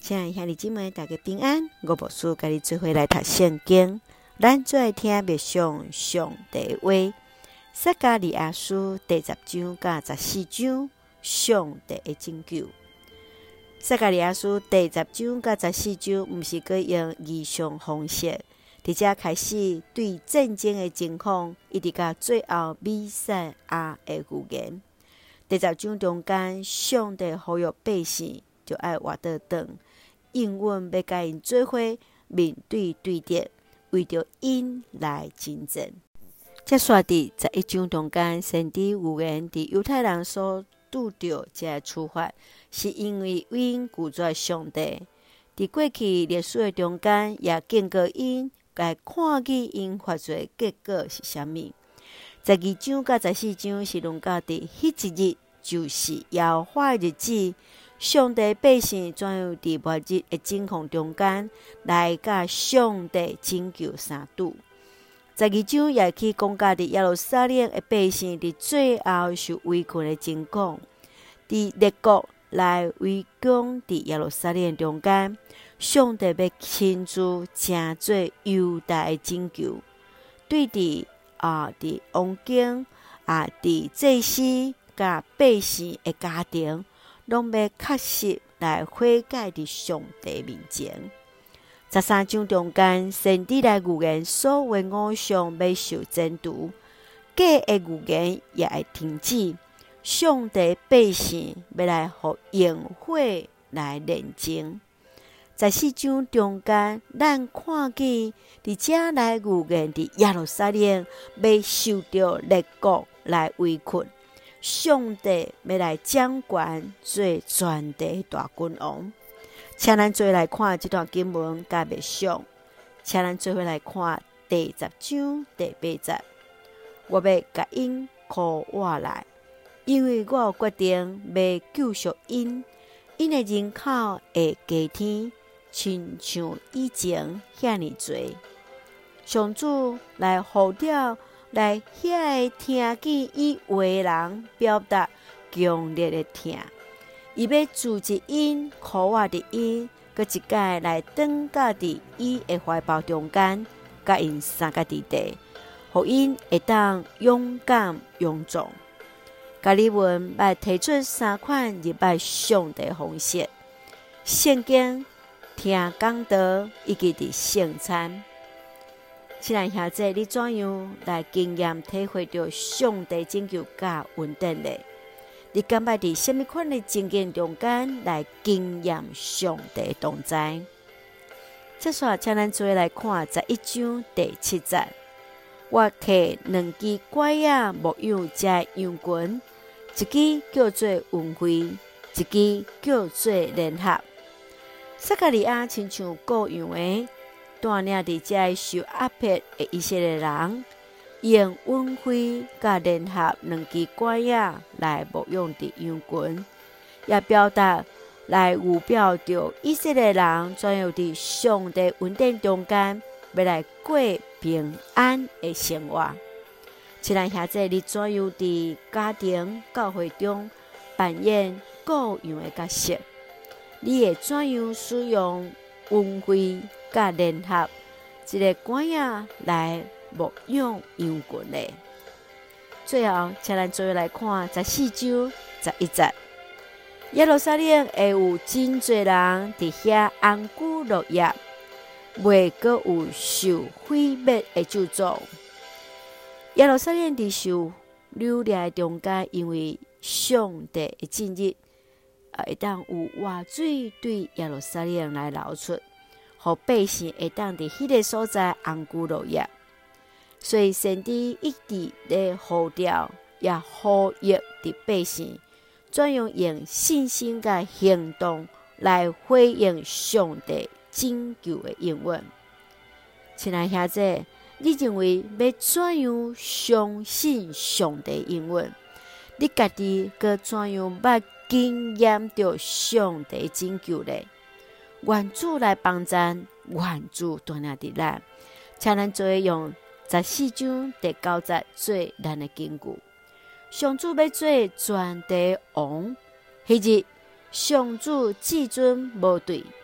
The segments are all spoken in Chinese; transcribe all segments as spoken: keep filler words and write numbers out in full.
亲爱的兄弟姊妹，大家平安。我牧师甲你做伙来读圣经，咱做来听默想上帝话。撒迦利亚书第十章甲十四章，上帝的拯救。撒迦利亚书第十章甲十四章，毋是搁用异象方式，伫遮开始对战争的情况，一直到最后弥赛亚的预言。第十章中间，上帝呼吁百姓就爱活倒转，应允要甲因做伙面对对敌，为着因来征战。接续伫十一章中间，先知预言伫犹太人所拄着这处罚，是因为因拒绝上帝。伫过去历史的中间，也经过因来看见因犯罪结果是啥物。十二章甲十四章是论到伫迄一日，就是耶和华的日子，上帝百姓怎样伫末日的境况中间来甲上帝拯救相拄。十二章也去讲到伫耶路撒冷的百姓伫最后受围困的情况，伫列国来围攻伫耶路撒冷中间，上帝要亲自成做犹大的拯救，对伫啊伫王宫啊伫祭司甲百姓的家庭，拢要确实来悔改伫上帝面前。十三章中间，先知来预言所有偶像要受剪除，假的预言也会停止。上帝百姓要来互萤火来炼净。十四章中间，咱看见伫遮来预言伫耶路撒冷要受到列国来围困，上帝要来掌权做全地大君王。请咱做来看这段经文甲默想，请咱做伙来看第十章第八节。我要甲因箍活来，因为我有决定要救赎因，因的人口会加添，亲像以前遐尼多。上主来呼召来遐个听见伊话的人，表达强烈的疼。伊要自一因，箍活伫因，搁一摆来转到伫伊的怀抱中间，甲因三个伫地，互因会当勇敢勇壮。甲你们要提出三款入拜上帝的方式：圣经、听讲道，以及伫圣餐。亲爱兄弟，你怎样来经验体会到上帝拯救甲稳定呢？你敢捌伫什么款的情境中间来经验上帝的同在？接下来，请咱做来看十一章第七节。我摕两支拐仔牧养这羊群，一支叫做运会，一支叫做联合。撒迦利亚亲像各样的带领伫这受压迫的以色列人，用运会甲联合两支拐仔来牧养伫羊群，也表达来预表着以色列人怎样伫上帝稳定中间，要来过平安的生活。亲爱兄弟，你怎样伫家庭、教会中扮演各样的角色？你会怎样使用运会甲联合一个拐仔来牧养羊群呢？最后，请咱做来看十四章十一节。耶路撒冷会有真侪人伫遐安居乐业，袂阁有受毁灭的咒诅。耶路撒冷伫受流离的中间，因为上帝的正日，啊，会当有活水对耶路撒冷来流出，互百姓会当伫迄个所在安居乐业。所以，先知一直咧呼召，也呼吁伫百姓，怎样用信心甲行动来回应上帝拯救的应允。亲爱兄弟，你认为要怎样相信上帝应允？你家己搁怎样捌经验到上帝拯救呢？愿主来帮咱，愿主带领伫咱，请咱做用十四章第九节做咱的根据。上主要做全地王，迄日上主至尊无对，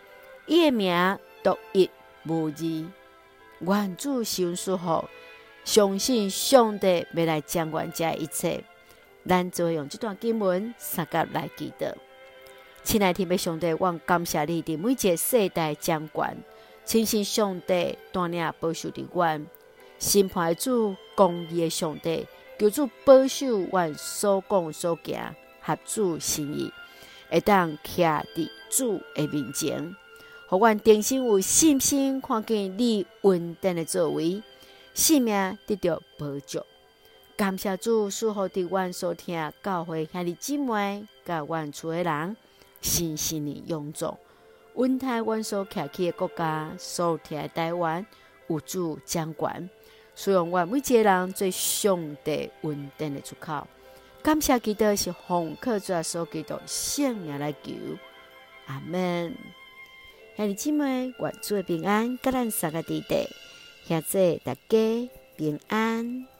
伊的名独一无二。愿主受祝福，相信上帝要来掌管这一切。咱就用这段经文三角来记得。亲爱的天父上帝，我感谢你伫每一个世代掌管，亲信上帝带领保守的阮，审判的主，公义的上帝，求主保守阮所讲所行，合主心意，会当徛伫主的面前，互阮定心有信心，看见你稳定的作为，性命得到保障。感谢主，赐福伫阮所听教会兄弟姊妹，甲阮厝的人，深深的永驻，稳台阮所徛起的国家，所听的台湾有主掌管，使用阮每一个人做上帝稳定的出口。感谢基督是奉靠主耶稣基督圣名来求，阿门。兄弟姊妹，愿主的平安，甲咱三个弟弟，现在大家平安。